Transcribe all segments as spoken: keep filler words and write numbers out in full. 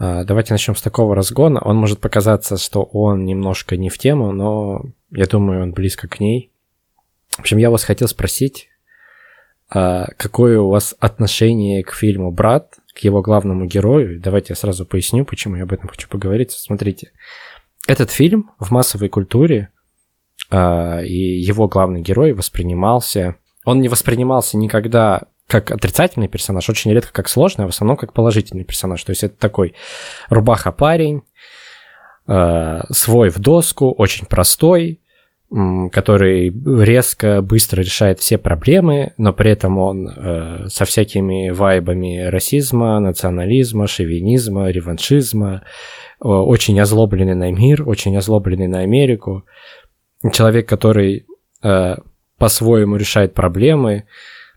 Давайте начнем с такого разгона. Он может показаться, что он немножко не в тему, но я думаю, он близко к ней. В общем, я вас хотел спросить, какое у вас отношение к фильму «Брат», к его главному герою? Давайте я сразу поясню, почему я об этом хочу поговорить. Смотрите, этот фильм в массовой культуре и его главный герой воспринимался... Он не воспринимался никогда как отрицательный персонаж, очень редко как сложный, а в основном как положительный персонаж. То есть это такой рубаха-парень, э, свой в доску, очень простой, м, который резко, быстро решает все проблемы, но при этом он э, со всякими вайбами расизма, национализма, шовинизма, реваншизма, э, очень озлобленный на мир, очень озлобленный на Америку. Человек, который э, по-своему решает проблемы,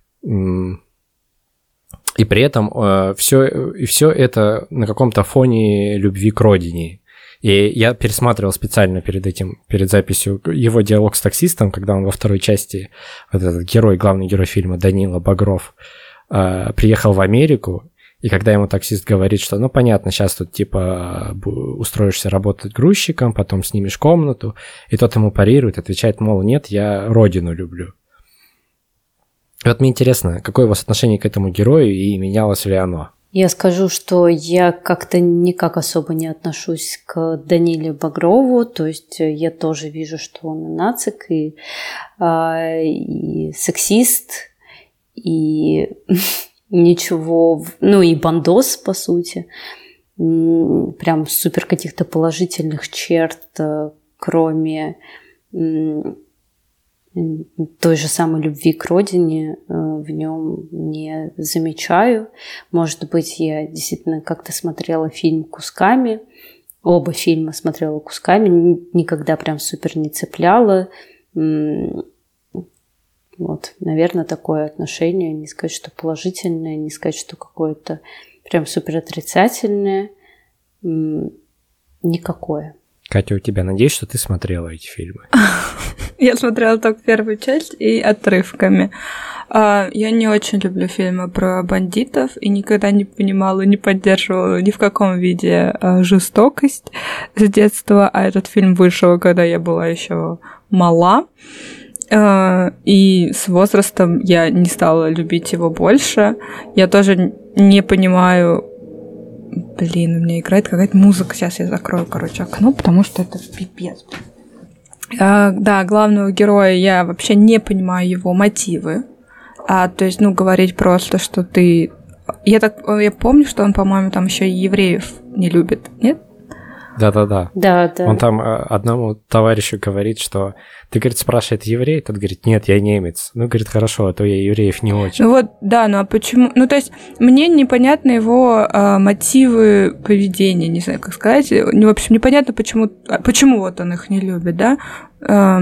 и при этом э, все, и все это на каком-то фоне любви к родине. И я пересматривал специально перед этим, перед записью его диалог с таксистом, когда он во второй части, вот этот герой, главный герой фильма Данила Багров, э, приехал в Америку, и когда ему таксист говорит, что, ну, понятно, сейчас тут, типа, устроишься работать грузчиком, потом снимешь комнату, и тот ему парирует, отвечает, мол, нет, я родину люблю. Вот мне интересно, какое у вас отношение к этому герою и менялось ли оно? Я скажу, что я как-то никак особо не отношусь к Даниле Багрову, то есть я тоже вижу, что он и нацик, и, а, и сексист, и ничего, ну и бандос, по сути, прям супер каких-то положительных черт, кроме той же самой любви к родине, в нем не замечаю. Может быть, я действительно как-то смотрела фильм кусками, оба фильма смотрела кусками, никогда прям супер не цепляла. Вот, наверное, такое отношение, не сказать, что положительное, не сказать, что какое-то прям супер отрицательное, никакое. Катя, у тебя, надеюсь, что ты смотрела эти фильмы? Я смотрела только первую часть и отрывками. Я не очень люблю фильмы про бандитов и никогда не понимала, не поддерживала ни в каком виде жестокость с детства, а этот фильм вышел, когда я была еще мала. И с возрастом я не стала любить его больше. Я тоже не понимаю... Блин, у меня играет какая-то музыка. Сейчас я закрою, короче, окно, потому что это пипец. А, да, главного героя я вообще не понимаю его мотивы. А, то есть, ну, говорить просто, что ты... Я так я помню, что он, по-моему, там еще и евреев не любит, нет? Да-да-да. Да, да. Он там одному товарищу говорит, что... Ты, говорит, спрашивает, еврей? Тот говорит, нет, я немец. Ну, говорит, хорошо, а то я евреев не очень. Ну вот, да, ну а почему... Ну, то есть, мне непонятны его а, мотивы поведения, не знаю, как сказать. В общем, непонятно, почему, почему вот он их не любит, да? А,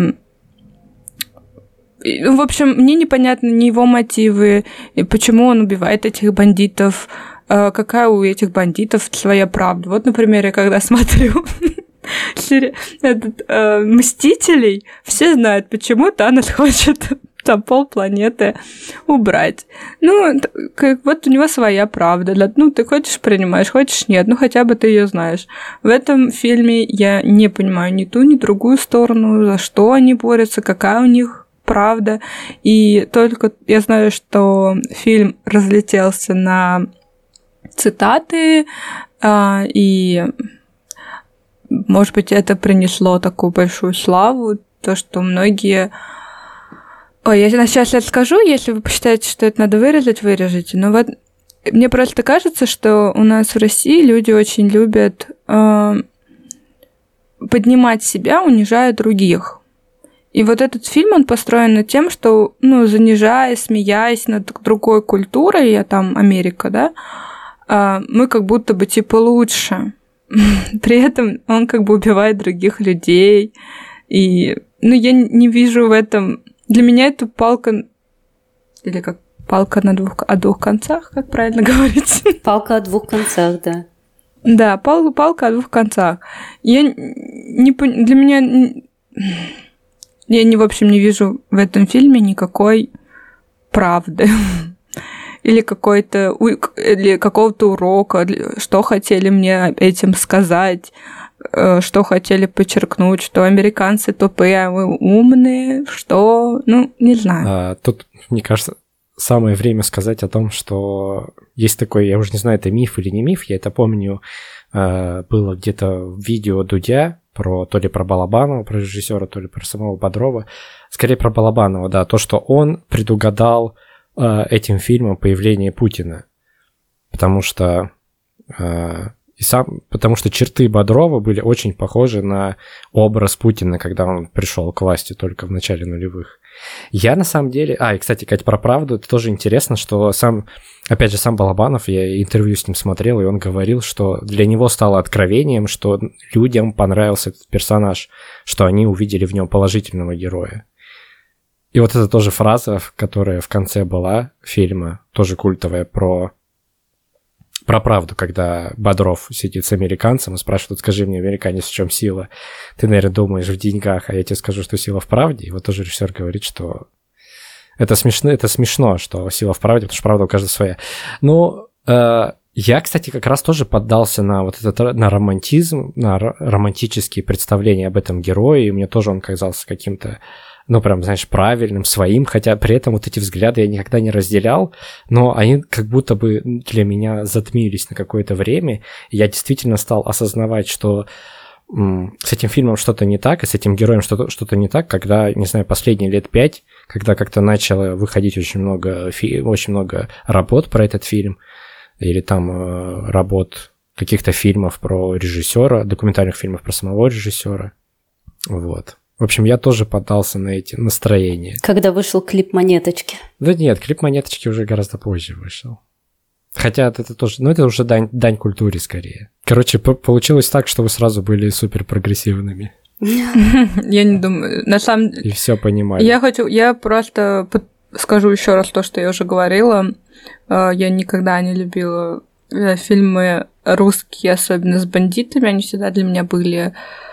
в общем, мне непонятны ни его мотивы, и почему он убивает этих бандитов, а, какая у этих бандитов своя правда. Вот, например, я когда смотрю... Этот, э, Мстителей, все знают, почему Танос хочет там полпланеты убрать. Ну, как, вот у него своя правда. Ну, ты хочешь принимаешь, хочешь нет, ну хотя бы ты ее знаешь. В этом фильме я не понимаю ни ту, ни другую сторону, за что они борются, какая у них правда. И только я знаю, что фильм разлетелся на цитаты, э, и... Может быть, это принесло такую большую славу, то, что многие... Ой, я сейчас это скажу, если вы посчитаете, что это надо вырезать, вырежите. Но вот мне просто кажется, что у нас в России люди очень любят э, поднимать себя, унижая других. И вот этот фильм, он построен над тем, что, ну, занижая, смеясь над другой культурой, я там Америка, да, э, мы как будто бы типа лучше. При этом он как бы убивает других людей. И, ну, я не вижу в этом... Для меня это палка... Или как палка на двух... о двух концах, как правильно говорить? Палка о двух концах, да. Да, палка, палка о двух концах. Я не... Для меня... Я, не, в общем, не вижу в этом фильме никакой правды. или какой-то или какого-то урока, что хотели мне этим сказать, что хотели подчеркнуть, что американцы тупые, а мы умные, что, ну, не знаю. А, тут, мне кажется, самое время сказать о том, что есть такой, я уже не знаю, это миф или не миф, я это помню, было где-то в видео Дудя, про, то ли про Балабанова, про режиссера, то ли про самого Бодрова, скорее про Балабанова, да, то, что он предугадал э, этим фильмом появление Путина, потому что э, и сам, потому что черты Бодрова были очень похожи на образ Путина, когда он пришел к власти только в начале нулевых. Я на самом деле... А, и, кстати, Кать, про правду, это тоже интересно, что сам, опять же, сам Балабанов, я интервью с ним смотрел, и он говорил, что для него стало откровением, что людям понравился этот персонаж, что они увидели в нем положительного героя. И вот это тоже фраза, которая в конце была фильма, тоже культовая, про... Про правду, когда Бодров сидит с американцем и спрашивает: скажи мне, американец, в чем сила? Ты, наверное, думаешь в деньгах, а я тебе скажу, что сила в правде. И вот тоже режиссер говорит, что это смешно, это смешно, что сила в правде, потому что правда у каждого своя. Ну, э, я, кстати, как раз тоже поддался на вот этот, на романтизм, на романтические представления об этом герое, и мне тоже он казался каким-то, ну, прям, знаешь, правильным, своим, хотя при этом вот эти взгляды я никогда не разделял, но они как будто бы для меня затмились на какое-то время, и я действительно стал осознавать, что м- с этим фильмом что-то не так, и с этим героем что-то, что-то не так, когда, не знаю, последние лет пять, когда как-то начало выходить очень много, фи- очень много работ про этот фильм, или там э, работ каких-то фильмов про режиссера, документальных фильмов про самого режиссера, вот. В общем, я тоже поддался на эти настроения. Когда вышел клип «Монеточки». Да нет, клип «Монеточки» уже гораздо позже вышел. Хотя это тоже, ну это уже дань, дань культуре скорее. Короче, по- получилось так, что вы сразу были супер прогрессивными. Я не думаю, на самом деле... И все понимали. Я хочу, я просто скажу еще раз то, что я уже говорила. Я никогда не любила фильмы русские, особенно с бандитами. Они всегда для меня были...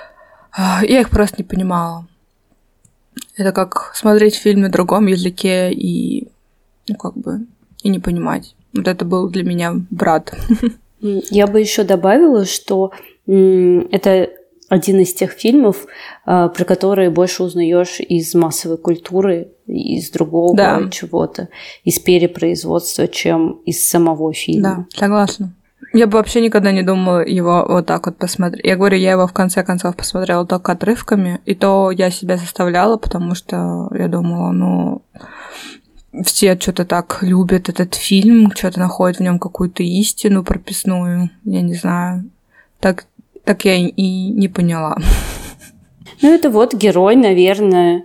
Я их просто не понимала. Это как смотреть фильм на другом языке и, ну, как бы, и не понимать. Вот это был для меня брат. Я бы еще добавила, что это один из тех фильмов, про которые больше узнаешь из массовой культуры, из другого да. чего-то, из перепроизводства, чем из самого фильма. Да, согласна. Я бы вообще никогда не думала его вот так вот посмотреть. Я говорю, я его в конце концов посмотрела только отрывками, и то я себя заставляла, потому что я думала, ну, все что-то так любят этот фильм, что-то находят в нем какую-то истину прописную, я не знаю. Так, так я и не поняла. Ну, это вот герой, наверное,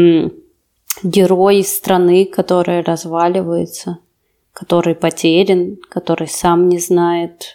герой страны, которая разваливается, который потерян, который сам не знает,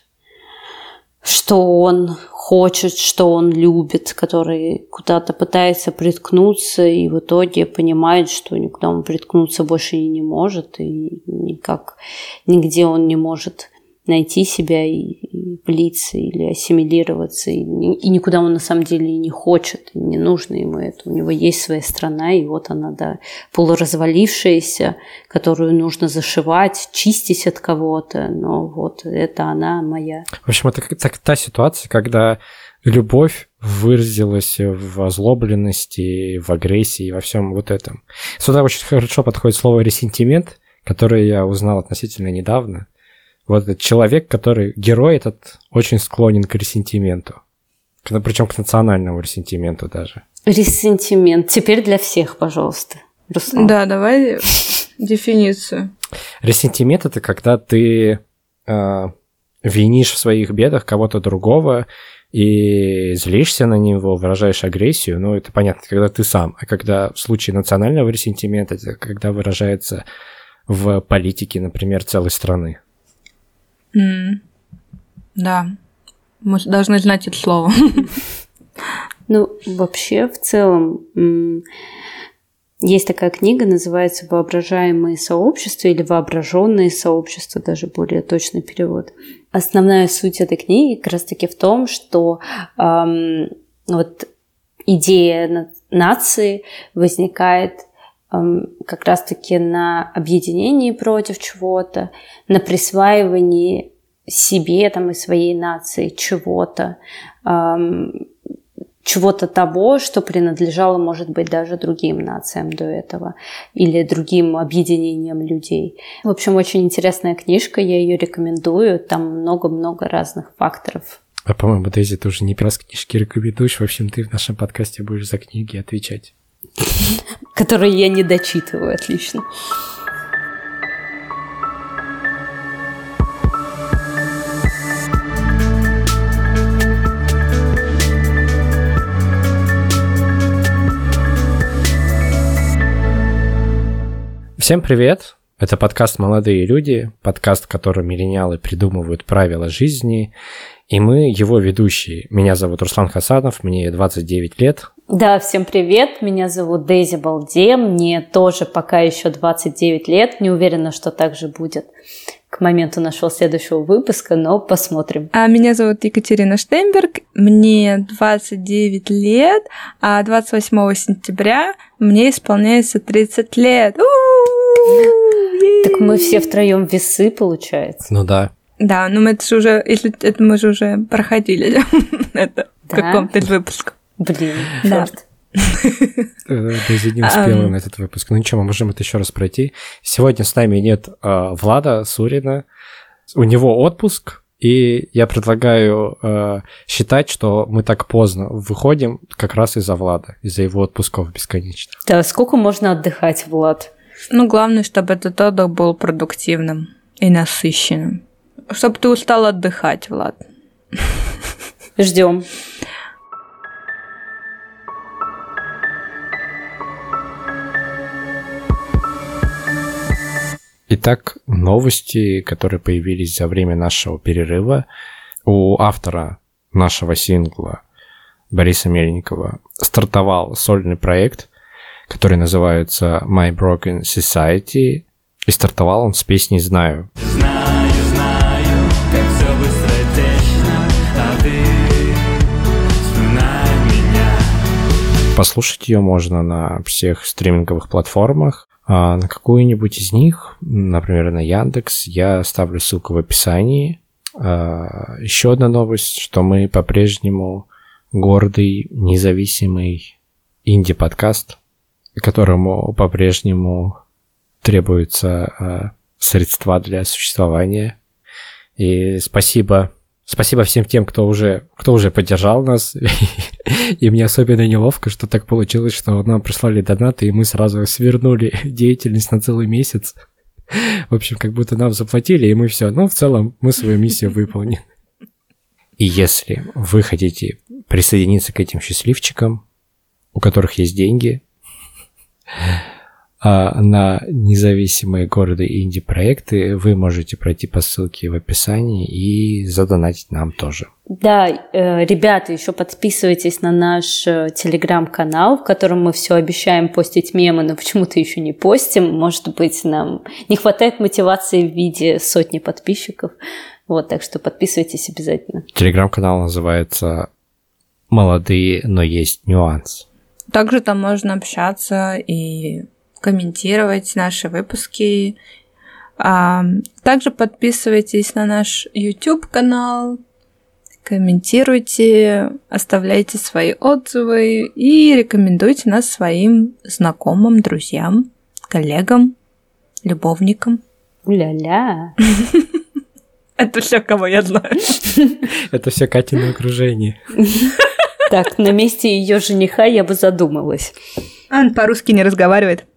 что он хочет, что он любит, который куда-то пытается приткнуться и в итоге понимает, что никуда он приткнуться больше и не может, и никак, нигде он не может найти себя и, и влиться или ассимилироваться, и, и никуда он на самом деле и не хочет, и не нужно ему это. У него есть своя страна, и вот она, да, полуразвалившаяся, которую нужно зашивать, чистить от кого-то, но вот это она моя. В общем, это как та ситуация, когда любовь выразилась в озлобленности, в агрессии, во всем вот этом. Сюда очень хорошо подходит слово «ресентимент», которое я узнал относительно недавно. Вот этот человек, который... Герой этот очень склонен к ресентименту. Причем к национальному ресентименту даже. Ресентимент. Теперь для всех, пожалуйста, Руслан. Да, давай дефиницию. Ресентимент – это когда ты э, винишь в своих бедах кого-то другого и злишься на него, выражаешь агрессию. Ну, это понятно, когда ты сам. А когда в случае национального ресентимента, это когда выражается в политике, например, целой страны. Mm. Да, мы должны знать это слово. Ну, вообще, в целом, есть такая книга, называется «Воображаемые сообщества» или «Воображенные сообщества», даже более точный перевод. Основная суть этой книги как раз-таки в том, что эм, вот идея нации возникает как раз-таки на объединении против чего-то, на присваивании себе там, и своей нации чего-то, чего-то того, что принадлежало, может быть, даже другим нациям до этого или другим объединениям людей. В общем, очень интересная книжка, я ее рекомендую, там много-много разных факторов. А, по-моему, Дейзи, ты уже не первый раз книжки рекомендуешь, в общем, ты в нашем подкасте будешь за книги отвечать. Которые я не дочитываю, отлично. Всем привет! Это подкаст «Молодые люди», подкаст, в котором миллениалы придумывают правила жизни, и мы его ведущие. Меня зовут Руслан Хасанов, мне двадцать девять лет. Да, всем привет, меня зовут Дейзи Балде, мне тоже пока еще двадцать девять лет, не уверена, что так же будет к моменту нашего следующего выпуска, но посмотрим. А меня зовут Екатерина Штейнберг, мне двадцать девять лет, а двадцать восьмого сентября мне исполняется тридцать лет. Так мы все втроем весы, получается. Ну да. Да, но мы это же уже, если это мы же уже проходили это в каком-то выпуске. Блин, да. черт. Дейзи не успела на этот выпуск. Ну ничего, мы можем это еще раз пройти. Сегодня с нами нет э, Влада Сурина. У него отпуск, и я предлагаю э, считать, что мы так поздно выходим как раз из-за Влада, из-за его отпусков бесконечных. Да, сколько можно отдыхать, Влад? Ну, главное, чтобы этот отдых был продуктивным и насыщенным. Чтобы ты устал отдыхать, Влад. Ждем. Итак, новости, которые появились за время нашего перерыва. У автора нашего сингла Бориса Мельникова стартовал сольный проект, который называется My Broken Society, и стартовал он с песней «Знаю». Знаю, знаю, как все быстротечно, а ты вспоминай меня. Послушать ее можно на всех стриминговых платформах. А на какую-нибудь из них, например, на Яндекс, я оставлю ссылку в описании. А, еще одна новость, что мы по-прежнему гордый, независимый инди-подкаст, которому по-прежнему требуются а, средства для существования. И спасибо, спасибо всем тем, кто уже, кто уже поддержал нас. И мне особенно неловко, что так получилось, что нам прислали донаты, и мы сразу свернули деятельность на целый месяц. В общем, как будто нам заплатили, и мы все. Ну, в целом, мы свою миссию выполнили. И если вы хотите присоединиться к этим счастливчикам, у которых есть деньги, на независимые города и инди-проекты, вы можете пройти по ссылке в описании и задонатить нам тоже. Да, ребята, еще подписывайтесь на наш телеграм-канал, в котором мы все обещаем постить мемы, но почему-то еще не постим. Может быть, нам не хватает мотивации в виде сотни подписчиков. Вот, так что подписывайтесь обязательно. Телеграм-канал называется «Молодые, но есть нюанс». Также там можно общаться и комментировать наши выпуски. А также подписывайтесь на наш YouTube-канал, комментируйте, оставляйте свои отзывы и рекомендуйте нас своим знакомым, друзьям, коллегам, любовникам. Ля-ля. Это все, кого я знаю. Это все Катино окружение. Так, на месте ее жениха я бы задумалась. Он по-русски не разговаривает.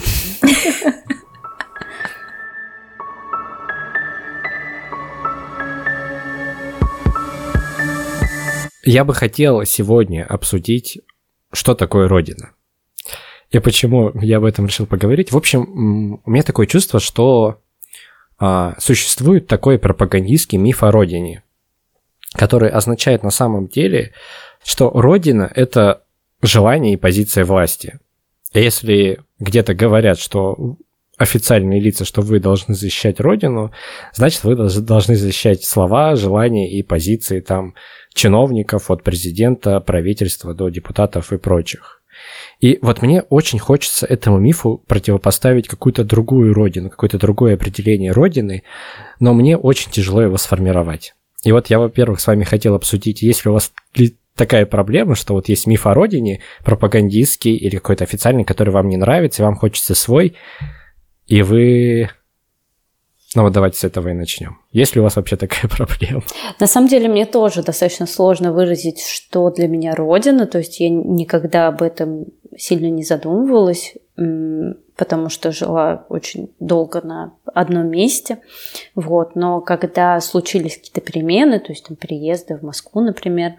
Я бы хотел сегодня обсудить, что такое Родина. И почему я об этом решил поговорить. В общем, у меня такое чувство, что а, существует такой пропагандистский миф о Родине, который означает на самом деле, что Родина – это желание и позиция власти. Если где-то говорят, что официальные лица, что вы должны защищать Родину, значит, вы должны защищать слова, желания и позиции там чиновников от президента, правительства до депутатов и прочих. И вот мне очень хочется этому мифу противопоставить какую-то другую родину, какое-то другое определение родины, но мне очень тяжело его сформировать. И вот я, во-первых, с вами хотел обсудить, есть ли у вас такая проблема, что вот есть миф о родине, пропагандистский или какой-то официальный, который вам не нравится, и вам хочется свой, и вы... Ну вот давайте с этого и начнем. Есть ли у вас вообще такая проблема? На самом деле мне тоже достаточно сложно выразить, что для меня родина, то есть я никогда об этом сильно не задумывалась, потому что жила очень долго на одном месте, вот, но когда случились какие-то перемены, то есть там переезды в Москву, например,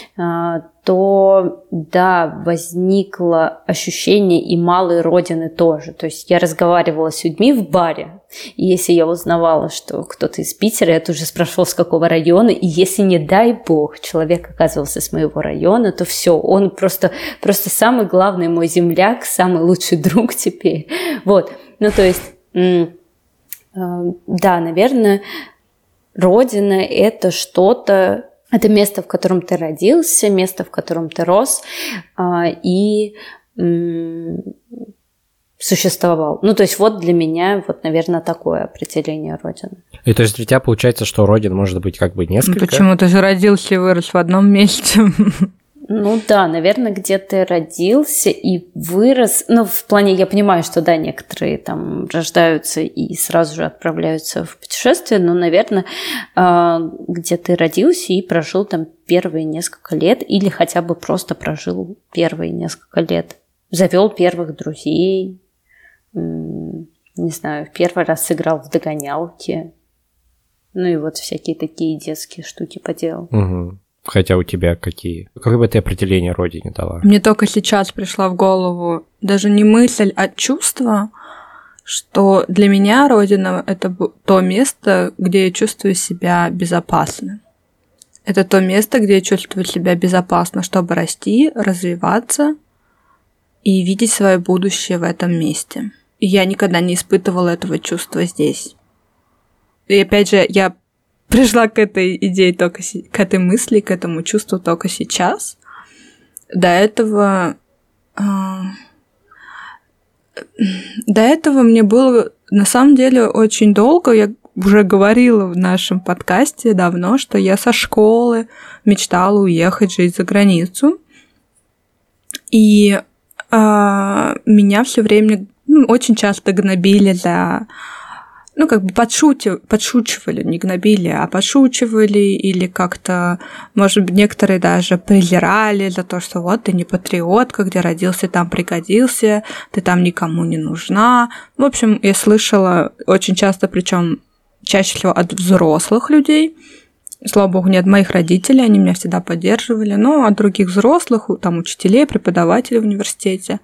то, да, возникло ощущение и малой родины тоже, то есть я разговаривала с людьми в баре, и если я узнавала, что кто-то из Питера, я тут же спрашивала, с какого района, и если, не дай бог, человек оказывался с моего района, то все, он просто, просто самый главный мой земляк, самый лучший друг теперь. Вот, ну то есть, м- э- да, наверное, родина – это что-то, это место, в котором ты родился, место, в котором ты рос, э- и м- существовал. Ну, то есть вот для меня, вот, наверное, такое определение родины. И то есть для тебя получается, что родин может быть как бы несколько? Почему? Ты же родился и вырос в одном месте. Ну да, наверное, где ты родился и вырос. Ну, в плане, я понимаю, что да, некоторые там рождаются и сразу же отправляются в путешествие, но, наверное, где ты родился и прожил там первые несколько лет, или хотя бы просто прожил первые несколько лет. Завел первых друзей, не знаю, первый раз сыграл в догонялки. Ну и вот всякие такие детские штуки поделал. Угу. Хотя у тебя какие? Какое бы ты определение родине дала? Мне только сейчас пришла в голову даже не мысль, а чувство, что для меня родина – это то место, где я чувствую себя безопасно. Это то место, где я чувствую себя безопасно, чтобы расти, развиваться и видеть свое будущее в этом месте. И я никогда не испытывала этого чувства здесь. И опять же, я пришла к этой идее только к этой мысли, к этому чувству только сейчас. До этого... Э, до этого мне было, на самом деле, очень долго, я уже говорила в нашем подкасте давно, что я со школы мечтала уехать жить за границу. И э, меня все время ну, очень часто гнобили за... Ну, как бы подшутив... подшучивали, не гнобили, а подшучивали, или как-то, может быть, некоторые даже презирали за то, что вот ты не патриотка, где родился, там пригодился, ты там никому не нужна. В общем, я слышала очень часто, причем чаще всего от взрослых людей, слава богу, не от моих родителей, они меня всегда поддерживали, но от других взрослых, там, учителей, преподавателей в университете.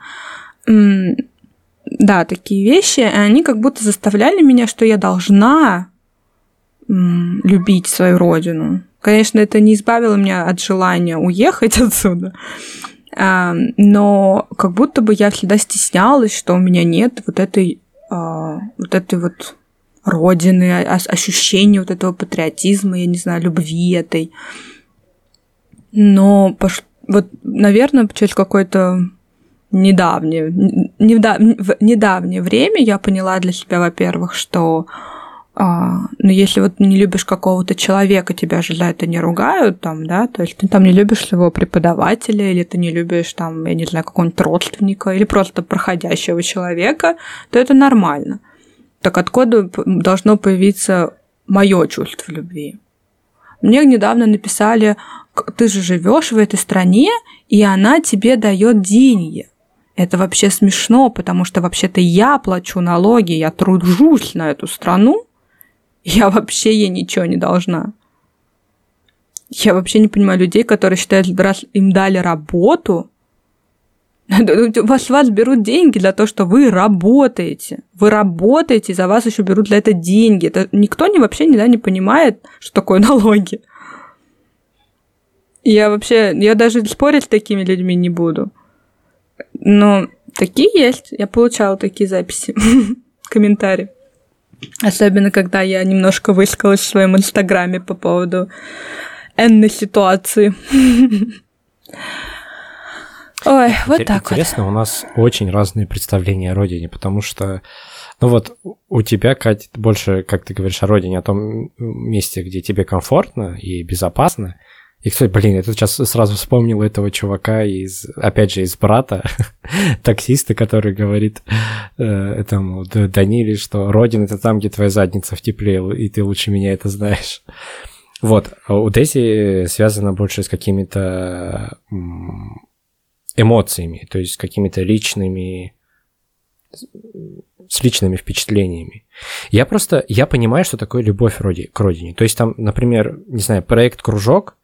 Да, такие вещи, они как будто заставляли меня, что я должна м, любить свою родину. Конечно, это не избавило меня от желания уехать отсюда, а, но как будто бы я всегда стеснялась, что у меня нет вот этой, а, вот этой вот родины, ощущения вот этого патриотизма, я не знаю, любви этой. Но пош... вот, наверное, через какой-то Недавнее, недав, в недавнее время я поняла для себя, во-первых, что а, ну, если вот не любишь какого-то человека, тебя же за это не ругают, там, да, то есть ты там не любишь своего преподавателя, или ты не любишь, там, я не знаю, какого-нибудь родственника, или просто проходящего человека, то это нормально. Так откуда должно появиться мое чувство любви? Мне недавно написали, ты же живешь в этой стране, и она тебе дает деньги. Это вообще смешно, потому что вообще-то я плачу налоги, я тружусь на эту страну, я вообще ей ничего не должна. Я вообще не понимаю людей, которые считают, раз им дали работу, вас, вас берут деньги за то, что вы работаете. Вы работаете, за вас еще берут для этого деньги. Это никто не, вообще никогда не понимает, что такое налоги. Я вообще, я даже спорить с такими людьми не буду. Но такие есть. Я получала такие записи, комментарии. Особенно, когда я немножко высказалась в своем инстаграме по поводу энной ситуации. Ой, вот так Интересно, вот. У нас очень разные представления о родине, потому что, ну вот, у тебя, Катя, больше, как ты говоришь, о родине, о том месте, где тебе комфортно и безопасно. И, кстати, блин, я тут сейчас сразу вспомнил этого чувака из, опять же, из «Брата», таксиста, который говорит э, этому Даниле, что родина — это там, где твоя задница в тепле, и ты лучше меня это знаешь. Вот, у Дэзи связано больше с какими-то эмоциями, то есть с какими-то личными, с личными впечатлениями. Я просто, я понимаю, что такое любовь к родине. То есть там, например, не знаю, проект «Кружок»,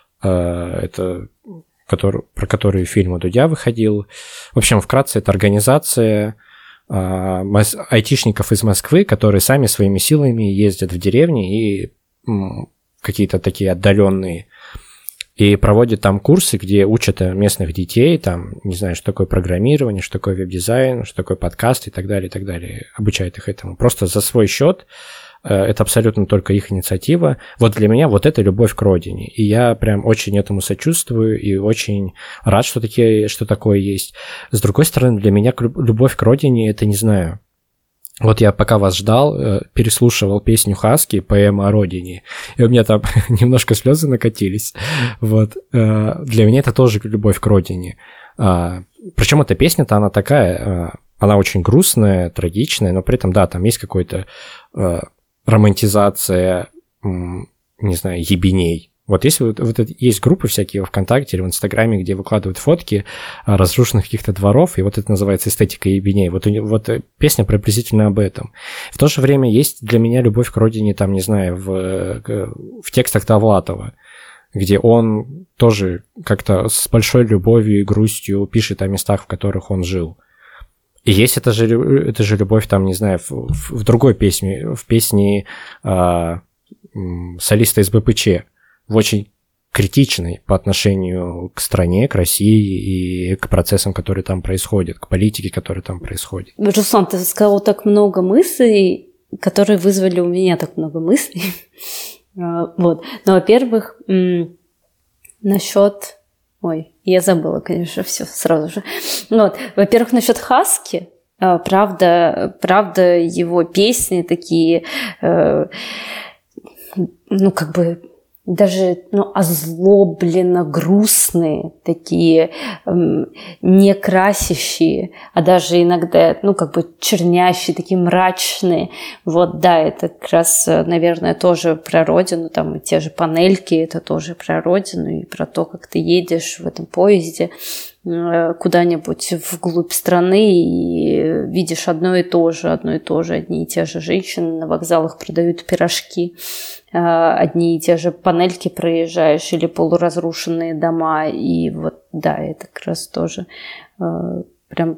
это который, про который фильм у Дудя выходил. В общем, вкратце, это организация айтишников из Москвы, которые сами своими силами ездят в деревни и какие-то такие отдаленные, и проводят там курсы, где учат местных детей, там, не знаю, что такое программирование, что такое веб-дизайн, что такое подкаст и так далее, и так далее. Обучают их этому. Просто за свой счет. Это абсолютно только их инициатива. Вот для меня вот это любовь к родине. И я прям очень этому сочувствую и очень рад, что, такие, что такое есть. С другой стороны, для меня любовь к родине – это, не знаю, вот я пока вас ждал, переслушивал песню Хаски «Поэма о родине», и у меня там немножко слезы накатились. Вот. Для меня это тоже любовь к родине. Причем эта песня-то, она такая, она очень грустная, трагичная, но при этом, да, там есть какой-то романтизация, не знаю, ебеней. Вот есть, вот, вот есть группы всякие в ВКонтакте или в Инстаграме, где выкладывают фотки разрушенных каких-то дворов, и вот это называется эстетика ебеней. Вот, вот песня приблизительно об этом. В то же время есть для меня любовь к родине, там, не знаю, в, в текстах Довлатова, где он тоже как-то с большой любовью и грустью пишет о местах, в которых он жил. И есть это же, это же любовь, там, не знаю, в, в другой песне, в песне а, солиста из БПЧ, в очень критичной по отношению к стране, к России и к процессам, которые там происходят, к политике, которая там происходит. Руслан, ты сказал так много мыслей, которые вызвали у меня так много мыслей. Вот. Но, во-первых, насчет... Ой, я забыла, конечно, все сразу же. Вот. Во-первых, насчет Хаски. Правда, правда, его песни такие, ну, как бы... даже ну, озлобленно грустные, такие эм, не красящие, а даже иногда, ну, как бы чернящие, такие мрачные. Вот, да, это как раз, наверное, тоже про родину, там и те же панельки, это тоже про родину и про то, как ты едешь в этом поезде э, куда-нибудь вглубь страны и видишь одно и то же, одно и то же, одни и те же женщины на вокзалах продают пирожки, одни и те же панельки проезжаешь или полуразрушенные дома, и вот, да, это как раз тоже э, прям,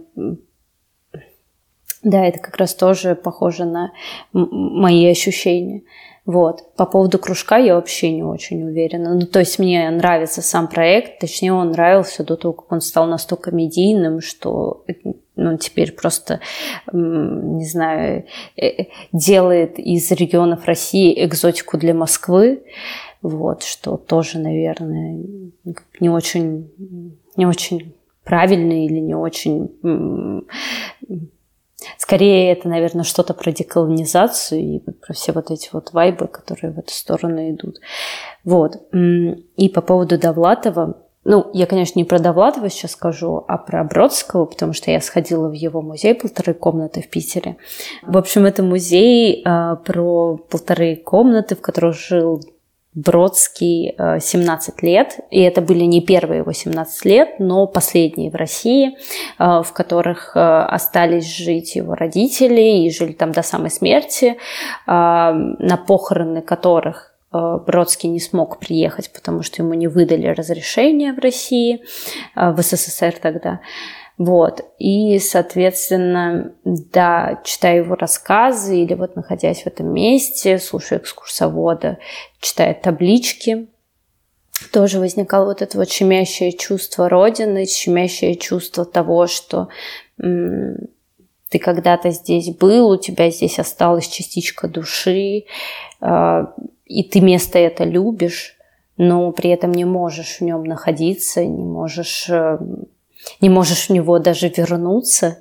да, это как раз тоже похоже на м- мои ощущения. Вот. По поводу кружка я вообще не очень уверена. Ну, то есть мне нравится сам проект, точнее, он нравился до того, как он стал настолько медийным, что ну, теперь просто, не знаю, делает из регионов России экзотику для Москвы, вот, что тоже, наверное, не очень, не очень правильно или не очень... Скорее, это, наверное, что-то про деколонизацию и про все вот эти вот вайбы, которые в эту сторону идут. Вот. И по поводу Довлатова, ну, я, конечно, не про Довлатова сейчас скажу, а про Бродского, потому что я сходила в его музей «Полторы комнаты» в Питере. В общем, это музей а, про полторы комнаты, в которых жил Бродский семнадцать лет, и это были не первые его семнадцать лет, но последние в России, в которых остались жить его родители и жили там до самой смерти, на похороны которых Бродский не смог приехать, потому что ему не выдали разрешение в России, в СССР тогда. Вот. И, соответственно, да, читая его рассказы или вот находясь в этом месте, слушая экскурсовода, читая таблички, тоже возникало вот это вот щемящее чувство родины, щемящее чувство того, что м- ты когда-то здесь был, у тебя здесь осталась частичка души, э- и ты место это любишь, но при этом не можешь в нем находиться, не можешь... Э- не можешь в него даже вернуться.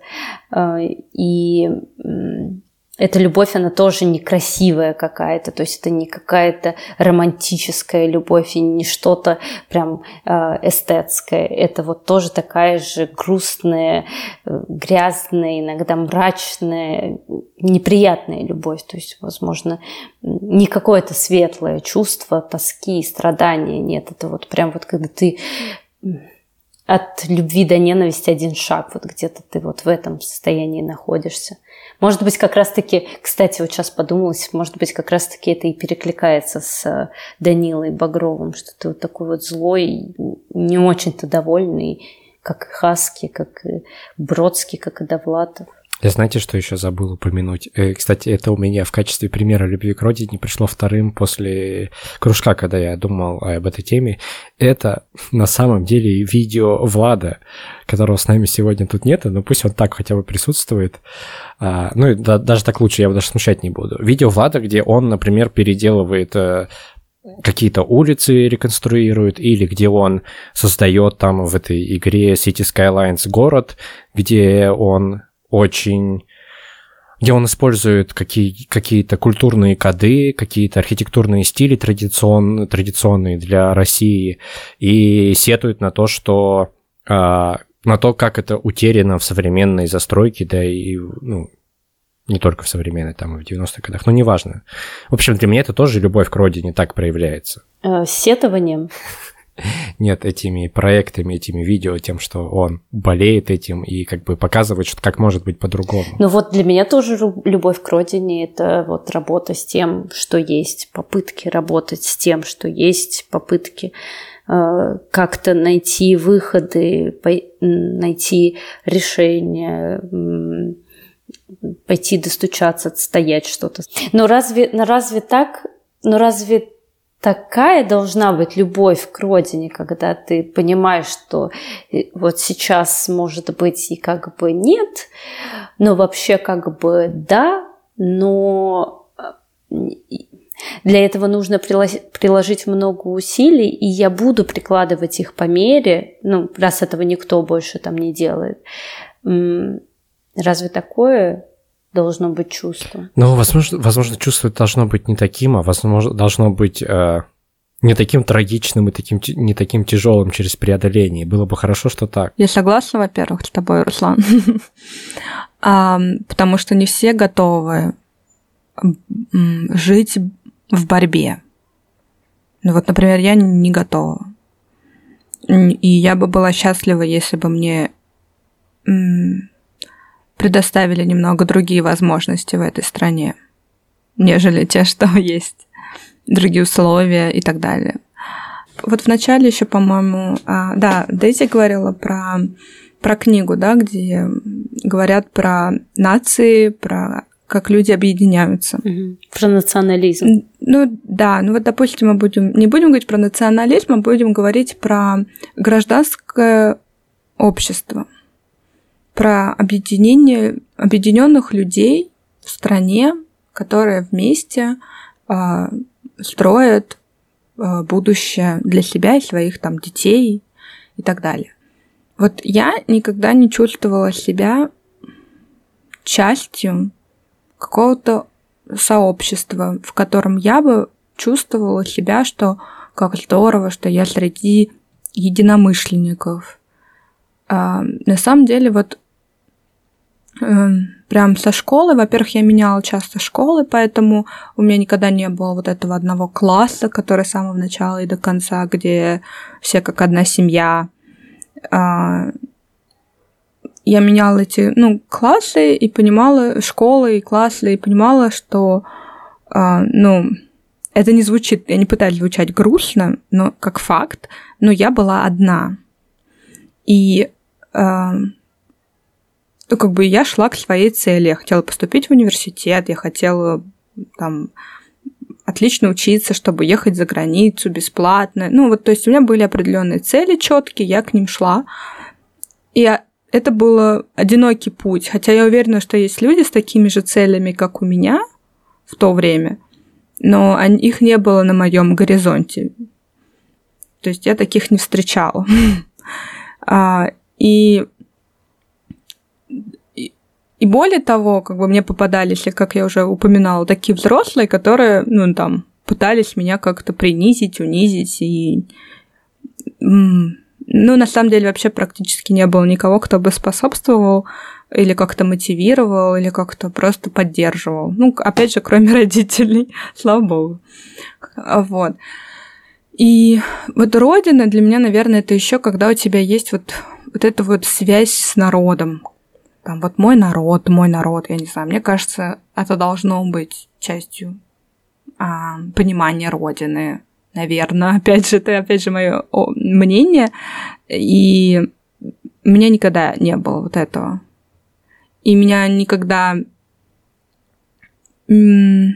И эта любовь, она тоже некрасивая какая-то, то есть это не какая-то романтическая любовь и не что-то прям эстетское. Это вот тоже такая же грустная, грязная, иногда мрачная, неприятная любовь. То есть, возможно, не какое-то светлое чувство тоски, страдания. Нет, это вот прям вот когда ты от любви до ненависти один шаг, вот где-то ты вот в этом состоянии находишься. Может быть, как раз-таки, кстати, вот сейчас подумалось, может быть, как раз-таки это и перекликается с Данилой Багровым, что ты вот такой вот злой, не очень-то довольный, как и Хаски, как и Бродский, как и Довлатов. Я знаете, что еще забыл упомянуть? Кстати, это у меня в качестве примера любви к родине пришло вторым после кружка, когда я думал об этой теме. Это на самом деле видео Влада, которого с нами сегодня тут нет, но пусть он так хотя бы присутствует. Ну, и даже так лучше, я его даже смущать не буду. Видео Влада, где он, например, переделывает какие-то улицы, реконструирует, или где он создает там в этой игре City Skylines город, где он очень... где он использует какие- какие-то культурные коды, какие-то архитектурные стили традицион- традиционные для России, и сетует на то, что... А, на то, как это утеряно в современной застройке, да и, ну, не только в современной, там, и в девяностых годах, но неважно. В общем, для меня это тоже любовь к родине так проявляется. С сетованием? Нет, этими проектами, этими видео, тем, что он болеет этим и как бы показывает, что как может быть по-другому. Ну вот для меня тоже любовь к родине – это вот работа с тем, что есть, попытки работать с тем, что есть, попытки э, как-то найти выходы, найти решения, пойти достучаться, отстоять что-то. Но разве, но разве так, но разве такая должна быть любовь к родине, когда ты понимаешь, что вот сейчас, может быть, и как бы нет, но вообще как бы да, но для этого нужно приложить много усилий, и я буду прикладывать их по мере, ну, раз этого никто больше там не делает. Разве такое должно быть чувство? Ну, возможно, возможно, чувство должно быть не таким, а возможно, должно быть э, не таким трагичным и таким, не таким тяжелым через преодоление. Было бы хорошо, что так. Я согласна, во-первых, с тобой, Руслан. Потому что не все готовы жить в борьбе. Ну вот, например, я не готова. И я бы была счастлива, если бы мне предоставили немного другие возможности в этой стране, нежели те, что есть, другие условия и так далее. Вот вначале еще, по-моему, а, да, Дейзи говорила про, про книгу, да, где говорят про нации, про как люди объединяются. Угу. Про национализм. Ну да, ну вот, допустим, мы будем не будем говорить про национализм, а будем говорить про гражданское общество, про объединение объединенных людей в стране, которые вместе э, строят э, будущее для себя и своих там детей и так далее. Вот я никогда не чувствовала себя частью какого-то сообщества, в котором я бы чувствовала себя, что как здорово, что я среди единомышленников. А, на самом деле, вот прям со школы, во-первых, я меняла часто школы, поэтому у меня никогда не было вот этого одного класса, который с самого начала и до конца, где все как одна семья. Я меняла эти, ну, классы и понимала, школы и классы, и понимала, что, ну, это не звучит, я не пытаюсь звучать грустно, но как факт, но я была одна. И ну, как бы я шла к своей цели. Я хотела поступить в университет, я хотела там отлично учиться, чтобы ехать за границу бесплатно. Ну, вот, то есть у меня были определенные цели четкие, я к ним шла. И это был одинокий путь. Хотя я уверена, что есть люди с такими же целями, как у меня в то время, но их не было на моем горизонте. То есть я таких не встречала. И, и, и более того, как бы мне попадались, как я уже упоминала, такие взрослые, которые, ну, там, пытались меня как-то принизить, унизить. И, ну, на самом деле, вообще практически не было никого, кто бы способствовал или как-то мотивировал, или как-то просто поддерживал. Ну, опять же, кроме родителей, слава богу. Вот. И вот родина для меня, наверное, это еще когда у тебя есть вот, вот эта вот связь с народом. Там вот мой народ, мой народ, я не знаю. Мне кажется, это должно быть частью а, понимания родины. Наверное, опять же, это опять же мое мнение. И у меня никогда не было вот этого. И меня никогда... Ну,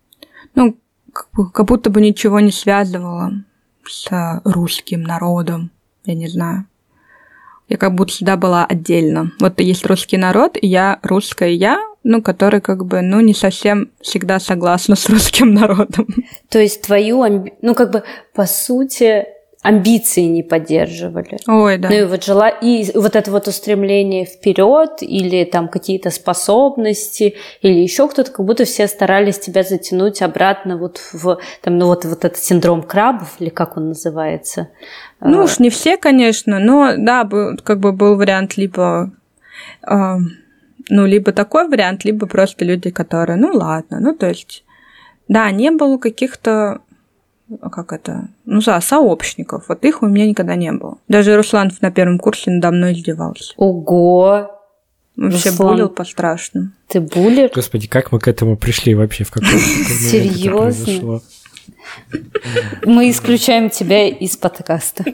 как будто бы ничего не связывало с русским народом, я не знаю. Я как будто всегда была отдельно. Вот есть русский народ, и я русская я, ну, который как бы, ну, не совсем всегда согласна с русским народом. То есть твою, амби... ну, как бы, по сути, амбиции не поддерживали. Ой, да. Ну, и вот, жела... и вот это вот устремление вперед или там какие-то способности, или еще кто-то, как будто все старались тебя затянуть обратно вот в, там, ну, вот, вот этот синдром крабов, или как он называется? Ну, уж не все, конечно, но, да, был, как бы был вариант либо... Э, ну, либо такой вариант, либо просто люди, которые, ну, ладно, ну, то есть, да, не было каких-то... как это, ну да, сообщников. Вот их у меня никогда не было. Даже Руслан на первом курсе надо мной издевался. Ого! Вообще Руслан, булил по-страшному. Ты буллер? Господи, как мы к этому пришли вообще? В каком Серьезно? Мы исключаем тебя из подкаста.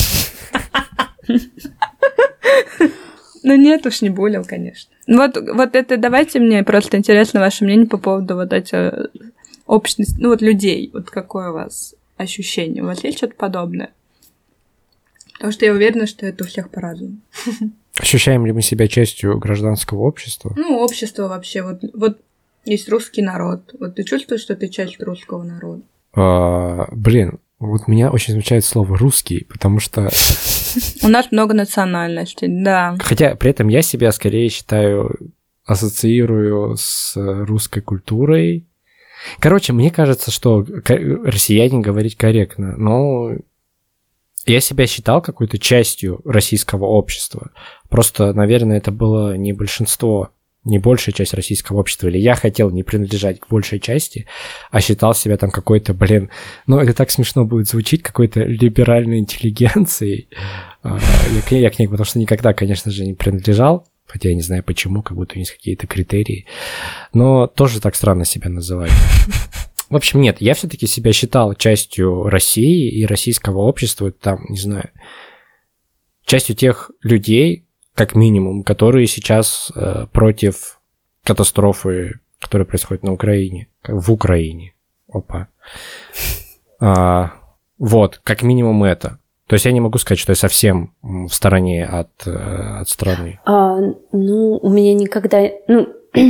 Ну нет, уж не булил, конечно. Вот, вот это давайте мне просто интересно ваше мнение по поводу вот этих общность, ну вот людей, вот какое у вас ощущение? У вас есть что-то подобное? Потому что я уверена, что это у всех по-разному. Ощущаем ли мы себя частью гражданского общества? Ну, общество вообще. Вот, вот есть русский народ. Вот ты чувствуешь, что ты часть русского народа? А, блин, вот меня очень смущает слово «русский», потому что... У нас много национальностей, да. Хотя при этом я себя скорее считаю, ассоциирую с русской культурой. Короче, мне кажется, что россияне говорить корректно, но я себя считал какой-то частью российского общества. Просто, наверное, это было не большинство, не большая часть российского общества. Или я хотел не принадлежать к большей части, а считал себя там какой-то, блин, ну это так смешно будет звучить, какой-то либеральной интеллигенцией. Я к ней, я к ней, потому что никогда, конечно же, не принадлежал. Хотя я не знаю почему, как будто есть какие-то критерии. Но тоже так странно себя называть. В общем, нет, я все-таки себя считал частью России и российского общества, там, не знаю, частью тех людей, как минимум, которые сейчас э, против катастрофы, которая происходит на Украине, в Украине. Опа. А, вот, как минимум это. То есть я не могу сказать, что я совсем в стороне от, от страны. А, ну, у меня никогда... Ну,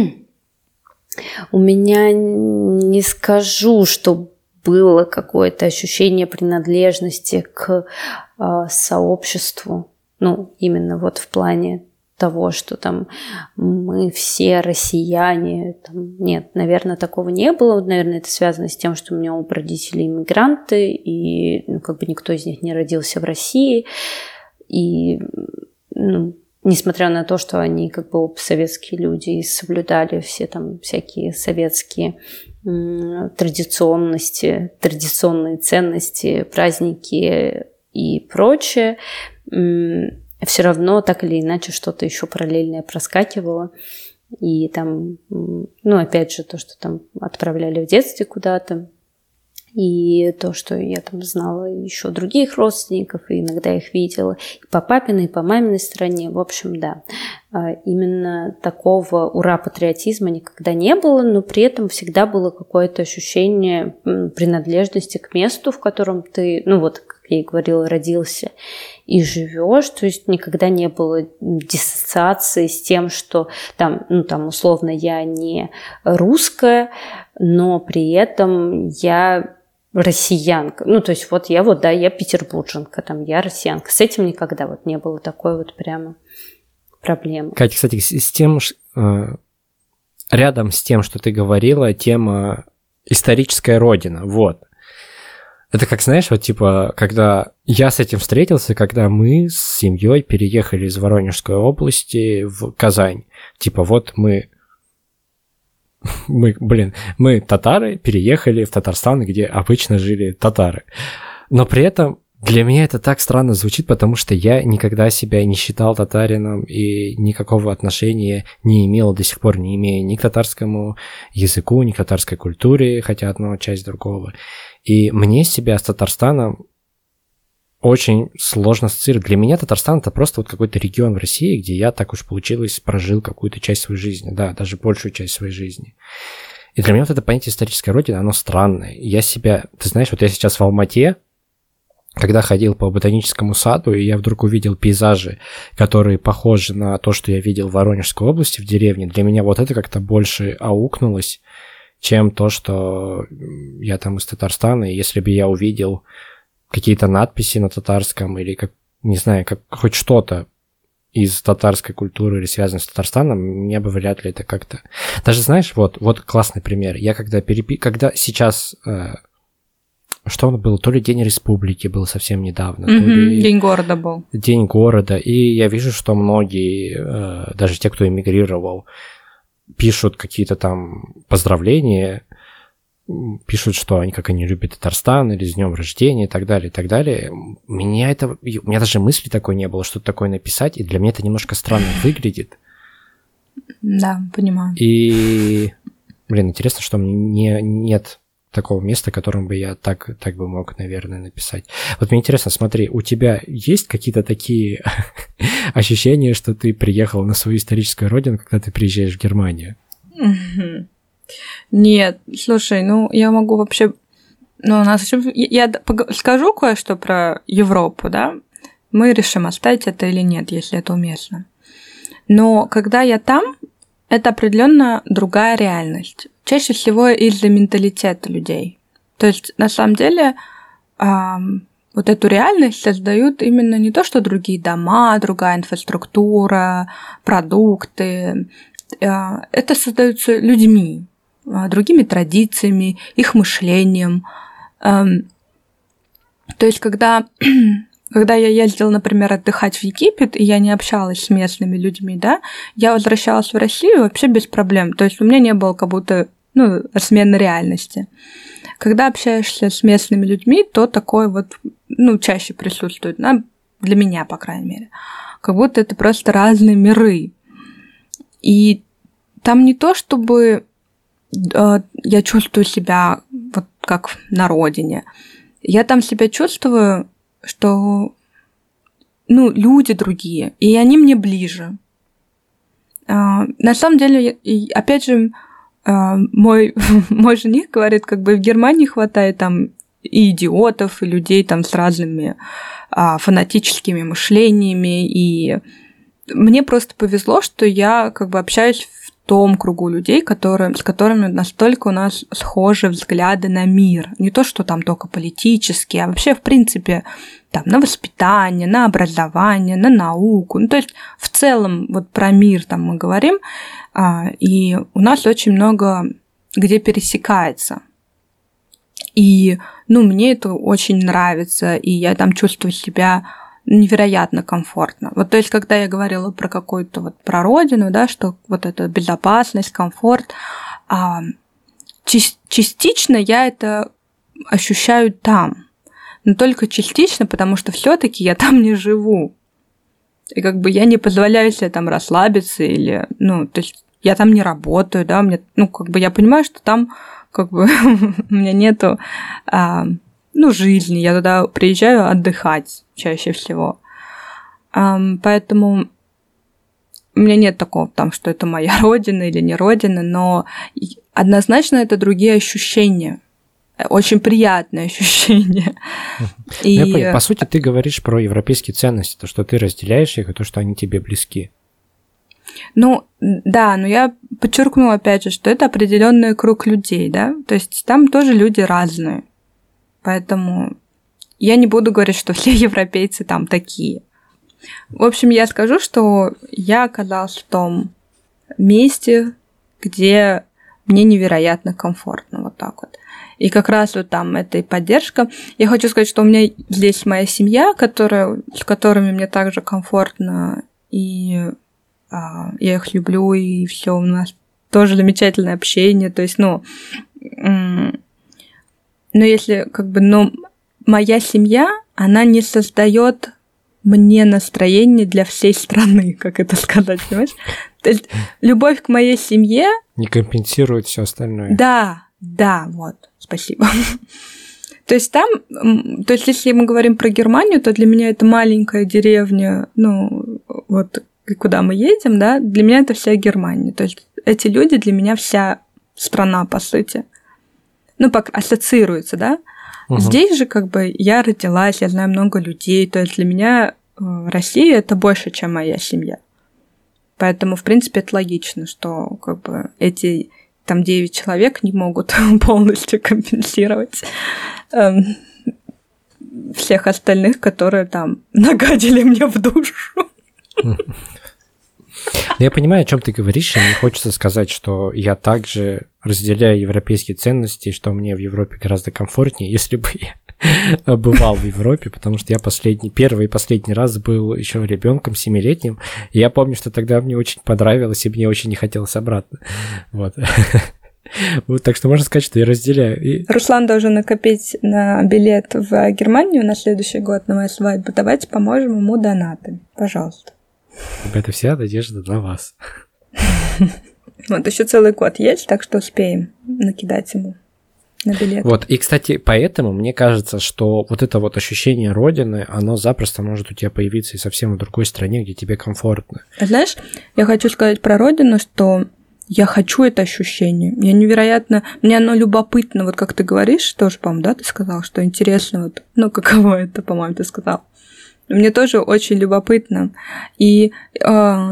у меня не скажу, что было какое-то ощущение принадлежности к а, сообществу. Ну, именно вот в плане того, что там мы все россияне. Там, нет, наверное, такого не было. Наверное, это связано с тем, что у меня оба родителей иммигранты, и ну, как бы никто из них не родился в России. И ну, несмотря на то, что они как бы советские люди и соблюдали все там всякие советские м- традиционности, традиционные ценности, праздники и прочее, м- все равно так или иначе что-то еще параллельное проскакивало. И там, ну, опять же, то, что там отправляли в детстве куда-то, и то, что я там знала еще других родственников, и иногда их видела и по папиной, и по маминой стороне. В общем, да, именно такого ура-патриотизма никогда не было, но при этом всегда было какое-то ощущение принадлежности к месту, в котором ты, ну вот, как я и говорила, родился и живешь, то есть никогда не было диссоциации с тем, что там, ну там условно я не русская, но при этом я россиянка. Ну, то есть вот я вот, да, я петербурженка, там, я россиянка. С этим никогда вот не было такой вот прямо проблемы. Катя, кстати, с, с тем, э, рядом с тем, что ты говорила, тема историческая родина, вот. Это как, знаешь, вот типа, когда я с этим встретился, когда мы с семьей переехали из Воронежской области в Казань. Типа, вот мы... Мы, блин, мы татары переехали в Татарстан, где обычно жили татары. Но при этом для меня это так странно звучит, потому что я никогда себя не считал татарином и никакого отношения не имел, до сих пор не имею ни к татарскому языку, ни к татарской культуре, хотя одно часть другого. И мне себя с Татарстаном очень сложно ассоциировать. Для меня Татарстан — это просто вот какой-то регион в России, где я, так уж получилось, прожил какую-то часть своей жизни, да, даже большую часть своей жизни. И для меня вот это понятие исторической родины, оно странное. Я себя, ты знаешь, вот я сейчас в Алмате, когда ходил по ботаническому саду, и я вдруг увидел пейзажи, которые похожи на то, что я видел в Воронежской области, в деревне, для меня вот это как-то больше аукнулось, чем то, что я там из Татарстана, и если бы я увидел какие-то надписи на татарском или, как, не знаю, как хоть что-то из татарской культуры или связано с Татарстаном, мне бы вряд ли это как-то... Даже, знаешь, вот, вот классный пример. Я когда перепи... Когда сейчас... Э, что он был? То ли День Республики был совсем недавно, Mm-hmm. то ли... День города был. День города. И я вижу, что многие, э, даже те, кто эмигрировал, пишут какие-то там поздравления, пишут, что они, как они любят Татарстан, или с днем рождения, и так далее, и так далее. Меня это... У меня даже мысли такой не было, что-то такое написать, и для меня это немножко странно выглядит. Да, понимаю. И, блин, интересно, что мне не, нет такого места, которым бы я так, так бы мог, наверное, написать. Вот мне интересно, смотри, у тебя есть какие-то такие ощущения, что ты приехал на свою историческую родину, когда ты приезжаешь в Германию? Нет, слушай, ну я могу вообще... Ну, у нас еще... Я скажу кое-что про Европу, да? Мы решим, оставить это или нет, если это уместно. Но когда я там, это определенно другая реальность. Чаще всего из-за менталитета людей. То есть, на самом деле, эм, вот эту реальность создают именно не то, что другие дома, другая инфраструктура, продукты. Э, это создаются людьми, другими традициями, их мышлением. То есть, когда, когда я ездила, например, отдыхать в Египет, и я не общалась с местными людьми, да, я возвращалась в Россию вообще без проблем. То есть у меня не было как будто, ну, смены реальности. Когда общаешься с местными людьми, то такое вот, ну, чаще присутствует, да, для меня, по крайней мере. Как будто это просто разные миры. И там не то, чтобы я чувствую себя вот как на родине. Я там себя чувствую, что, ну, люди другие, и они мне ближе. На самом деле, опять же, мой, мой жених говорит, как бы в Германии хватает там и идиотов, и людей там с разными фанатическими мышлениями, и мне просто повезло, что я как бы общаюсь в том кругу людей, которые, с которыми настолько у нас схожи взгляды на мир. Не то, что там только политические, а вообще, в принципе, там, на воспитание, на образование, на науку. Ну, то есть, в целом, вот про мир там мы говорим, а, и у нас очень много где пересекается. И, ну, мне это очень нравится, и я там чувствую себя невероятно комфортно. Вот, то есть, когда я говорила про какую-то вот про родину, да, что вот эта безопасность, комфорт, а, частично я это ощущаю там, но только частично, потому что все-таки я там не живу. И как бы я не позволяю себе там расслабиться или, ну, то есть я там не работаю, да, мне, ну, как бы я понимаю, что там как бы у меня нету а, ну, жизни, я туда приезжаю отдыхать чаще всего. Um, поэтому у меня нет такого, там, что это моя родина или не родина, но однозначно это другие ощущения. Очень приятные ощущения. И... Я понял. По сути, ты говоришь про европейские ценности, то, что ты разделяешь их, и то, что они тебе близки. Ну, да, но я подчеркну, опять же, что это определенный круг людей, да, то есть там тоже люди разные. Поэтому я не буду говорить, что все европейцы там такие. В общем, я скажу, что я оказалась в том месте, где мне невероятно комфортно, вот так вот. И как раз вот там эта и поддержка. Я хочу сказать, что у меня здесь моя семья, которая, с которыми мне также комфортно, и а, я их люблю, и все у нас тоже замечательное общение. То есть, ну, м- но если как бы, но моя семья, она не создает мне настроение для всей страны, как это сказать, понимаешь? То есть любовь к моей семье не компенсирует все остальное. Да, да, вот, спасибо. То есть там, то есть если мы говорим про Германию, то для меня это маленькая деревня, ну, вот куда мы едем, да, для меня это вся Германия. То есть эти люди для меня вся страна, по сути. Ну, ассоциируется, да. Угу. Здесь же как бы я родилась, я знаю много людей, то есть для меня Россия — это больше, чем моя семья. Поэтому, в принципе, это логично, что как бы эти там девять человек не могут полностью компенсировать эм, всех остальных, которые там нагадили мне в душу. Я понимаю, о чем ты говоришь, и мне хочется сказать, что я также разделяю европейские ценности, что мне в Европе гораздо комфортнее, если бы я бывал в Европе, потому что я последний, первый и последний раз был еще ребенком семилетним, и я помню, что тогда мне очень понравилось, и мне очень не хотелось обратно. Вот. Вот, так что можно сказать, что я разделяю. И... Руслан должен накопить на билет в Германию на следующий год, на мою свадьбу. Давайте поможем ему донатами. Пожалуйста. Это вся надежда на вас. Вот, еще целый год есть, так что успеем накидать ему на билет. Вот, и, кстати, поэтому мне кажется, что вот это вот ощущение родины, оно запросто может у тебя появиться и совсем в другой стране, где тебе комфортно. Знаешь, я хочу сказать про родину, что я хочу это ощущение. Я невероятно... Мне оно любопытно, вот как ты говоришь, тоже, по-моему, да, ты сказал, что интересно, вот, ну, каково это, по-моему, ты сказал. Мне тоже очень любопытно. И э,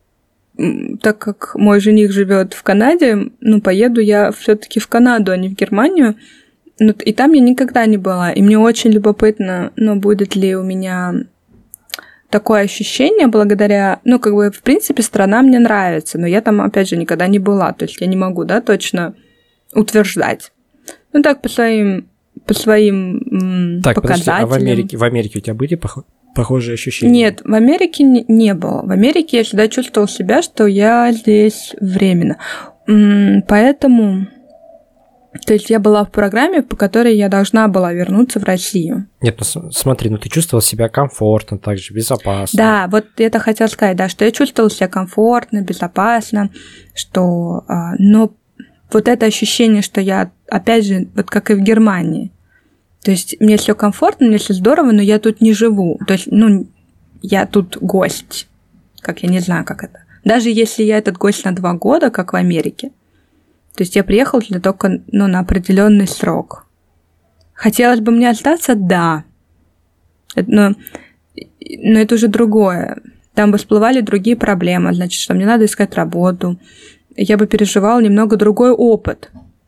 так как мой жених живет в Канаде, ну, поеду я все-таки в Канаду, а не в Германию. Ну, и там я никогда не была. И мне очень любопытно, ну, будет ли у меня такое ощущение благодаря... Ну, как бы, в принципе, страна мне нравится, но я там, опять же, никогда не была. То есть я не могу, да, точно утверждать. Ну, так, по своим... по своим м, так, показателям. Так, подожди, а в Америке, в Америке у тебя были пох... похожие ощущения? Нет, в Америке не, не было. В Америке я всегда чувствовала себя, что я здесь временно. М, поэтому... То есть я была в программе, по которой я должна была вернуться в Россию. Нет, ну смотри, ну ты чувствовала себя комфортно, также безопасно. Да, вот это хотела сказать, да, что я чувствовала себя комфортно, безопасно, что... Но вот это ощущение, что я, опять же, вот как и в Германии, то есть мне все комфортно, мне все здорово, но я тут не живу. То есть, ну, я тут гость. Как я не знаю, как это. Даже если я этот гость на два года, как в Америке, то есть я приехала для только, ну, на определенный срок. Хотелось бы мне остаться, да. Но, но это уже другое. Там бы всплывали другие проблемы. Значит, что мне надо искать работу. Я бы переживала немного другой опыт,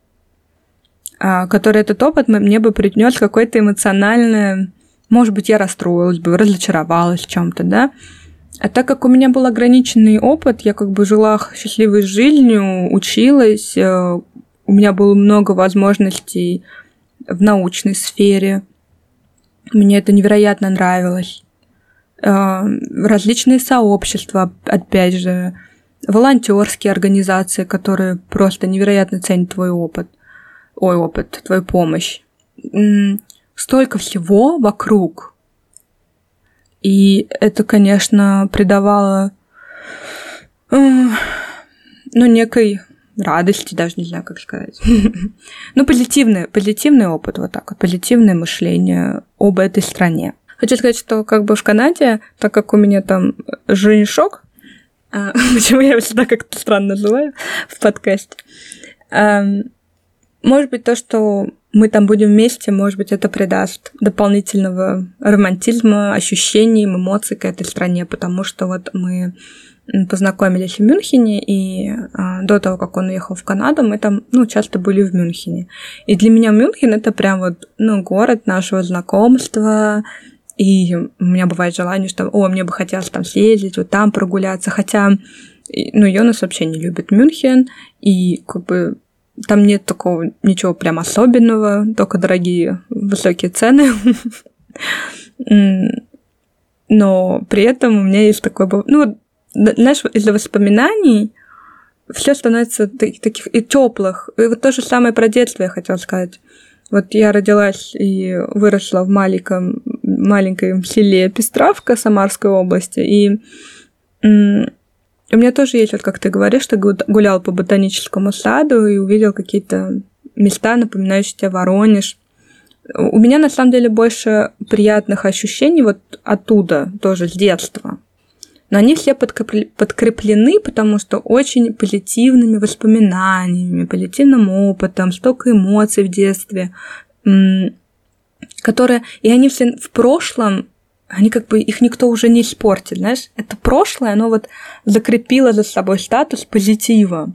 который этот опыт мне бы принес какое-то эмоциональное... Может быть, я расстроилась бы, разочаровалась в чем-то, да? А так как у меня был ограниченный опыт, я как бы жила счастливой жизнью, училась, у меня было много возможностей в научной сфере. Мне это невероятно нравилось. Различные сообщества, опять же, волонтерские организации, которые просто невероятно ценят твой опыт. Ой, опыт, твою помощь. Столько всего вокруг. И это, конечно, придавало, ну, некой радости, даже не знаю, как сказать. Ну, позитивный, позитивный опыт, вот так вот, позитивное мышление об этой стране. Хочу сказать, что как бы в Канаде, так как у меня там женишок, почему я его всегда как-то странно называю в подкасте, может быть, то, что мы там будем вместе, может быть, это придаст дополнительного романтизма, ощущений, эмоций к этой стране, потому что вот мы познакомились в Мюнхене, и а, до того, как он уехал в Канаду, мы там, ну, часто были в Мюнхене. И для меня Мюнхен — это прям вот, ну, город нашего знакомства, и у меня бывает желание, что, о, мне бы хотелось там съездить, вот там прогуляться, хотя, ну, Йонас вообще не любит Мюнхен, и как бы там нет такого ничего прям особенного, только дорогие высокие цены. Но при этом у меня есть такой... Ну, знаешь, из-за воспоминаний все становится таких и теплых. И вот то же самое про детство я хотела сказать. Вот я родилась и выросла в маленьком, маленьком селе Пестравка Самарской области, и м- у меня тоже есть, вот как ты говоришь, ты гулял по ботаническому саду и увидел какие-то места, напоминающие тебе Воронеж. У меня, на самом деле, больше приятных ощущений вот оттуда, тоже с детства. Но они все подкреплены, потому что очень позитивными воспоминаниями, позитивным опытом, столько эмоций в детстве, которые... И они все в прошлом, они как бы, их никто уже не испортит, знаешь? Это прошлое, оно вот закрепило за собой статус позитива.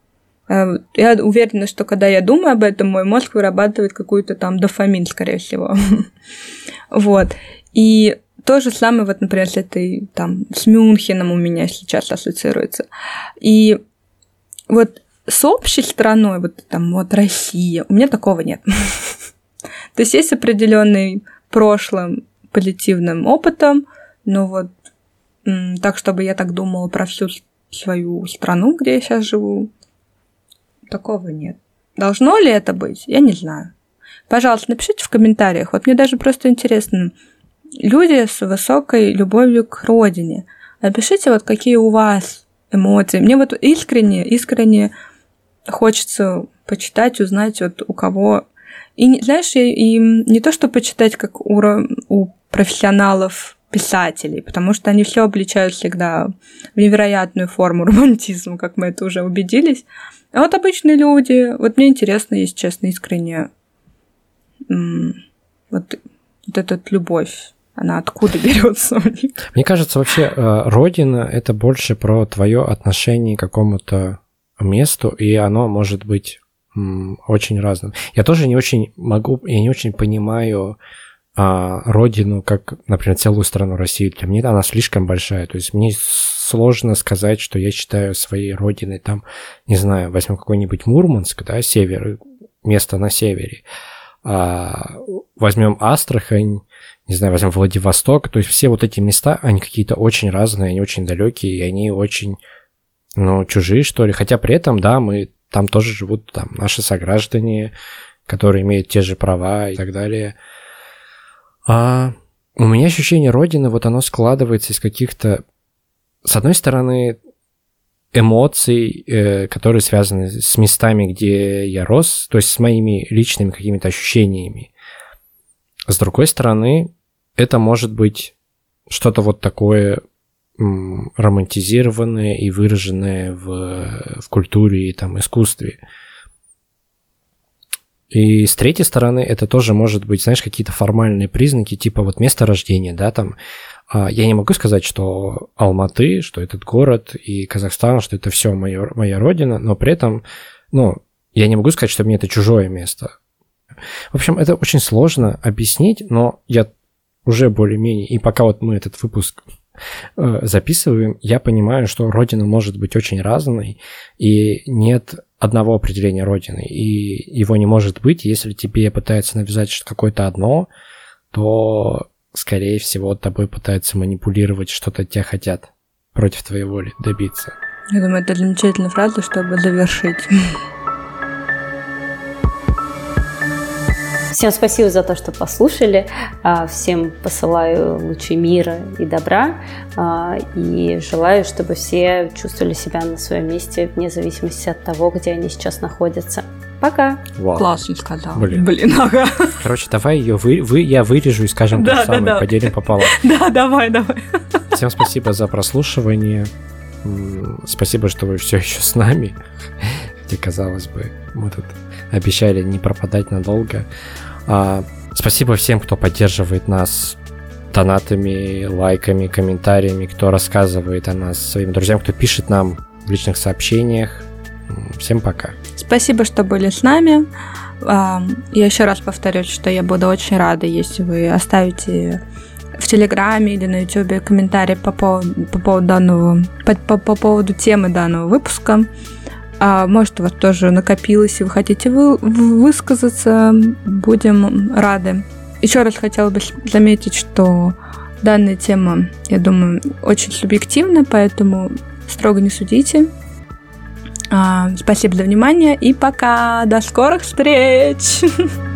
Я уверена, что когда я думаю об этом, мой мозг вырабатывает какую-то там дофамин, скорее всего. Вот. И то же самое, вот, например, с этой, там, с Мюнхеном у меня сейчас ассоциируется. И вот с общей страной, вот там, вот Россия, у меня такого нет. То есть есть определенный прошлым позитивным опытом, но вот так, чтобы я так думала про всю свою страну, где я сейчас живу, такого нет. Должно ли это быть? Я не знаю. Пожалуйста, напишите в комментариях. Вот мне даже просто интересно. Люди с высокой любовью к родине. Напишите, вот какие у вас эмоции. Мне вот искренне, искренне хочется почитать, узнать, вот у кого... И, знаешь, и не то, что почитать, как у, у профессионалов писателей, потому что они все обличают всегда в невероятную форму романтизма, как мы это уже убедились. А вот обычные люди, вот мне интересно, если честно, искренне, вот, вот эта любовь, она откуда берется у них? Мне кажется, вообще родина — это больше про твое отношение к какому-то месту, и оно может быть очень разным. Я тоже не очень могу, я не очень понимаю а, родину, как, например, целую страну Россию. Для меня она слишком большая. То есть мне сложно сказать, что я считаю своей родиной там, не знаю, возьмем какой-нибудь Мурманск, да, север, место на севере. А, возьмем Астрахань, не знаю, возьмем Владивосток. То есть все вот эти места, они какие-то очень разные, они очень далекие, и они очень, ну, чужие, что ли. Хотя при этом, да, мы там тоже живут там наши сограждане, которые имеют те же права и так далее. А у меня ощущение родины, вот оно складывается из каких-то, с одной стороны, эмоций, э, которые связаны с местами, где я рос, то есть с моими личными какими-то ощущениями. С другой стороны, это может быть что-то вот такое м, романтизированное и выраженное в, в культуре и там искусстве. И с третьей стороны, это тоже может быть, знаешь, какие-то формальные признаки, типа вот место рождения, да, там. Я не могу сказать, что Алматы, что этот город, и Казахстан, что это все моя, моя родина, но при этом, ну, я не могу сказать, что мне это чужое место. В общем, это очень сложно объяснить, но я уже более-менее, и пока вот мы этот выпуск записываем, я понимаю, что родина может быть очень разной, и нет одного определения родины, и его не может быть. Если тебе пытаются навязать какое-то одно, то, скорее всего, тобой пытаются манипулировать, что-то от тебя хотят против твоей воли добиться. Я думаю, это замечательная фраза, чтобы завершить. Всем спасибо за то, что послушали. Всем посылаю лучи мира и добра. И желаю, чтобы все чувствовали себя на своем месте, вне зависимости от того, где они сейчас находятся. Пока! Вау. Классно сказал. Блин. Блин, ага. Короче, давай ее вы, вы, я вырежу и скажем то же самое, поделим пополам. Да, давай, давай. Всем спасибо за прослушивание. Спасибо, что вы все еще с нами. Хотя, казалось бы, мы тут обещали не пропадать надолго. А, спасибо всем, кто поддерживает нас донатами, лайками, комментариями, кто рассказывает о нас своим друзьям, кто пишет нам в личных сообщениях. Всем пока. Спасибо, что были с нами. Я еще раз повторюсь, что я буду очень рада, если вы оставите в Телеграме или на Ютубе комментарий по поводу, по поводу данного, по, по, по поводу темы данного выпуска. А может, у вас тоже накопилось, и вы хотите вы, высказаться, будем рады. Еще раз хотела бы заметить, что данная тема, я думаю, очень субъективна, поэтому строго не судите. А, спасибо за внимание и пока! До скорых встреч!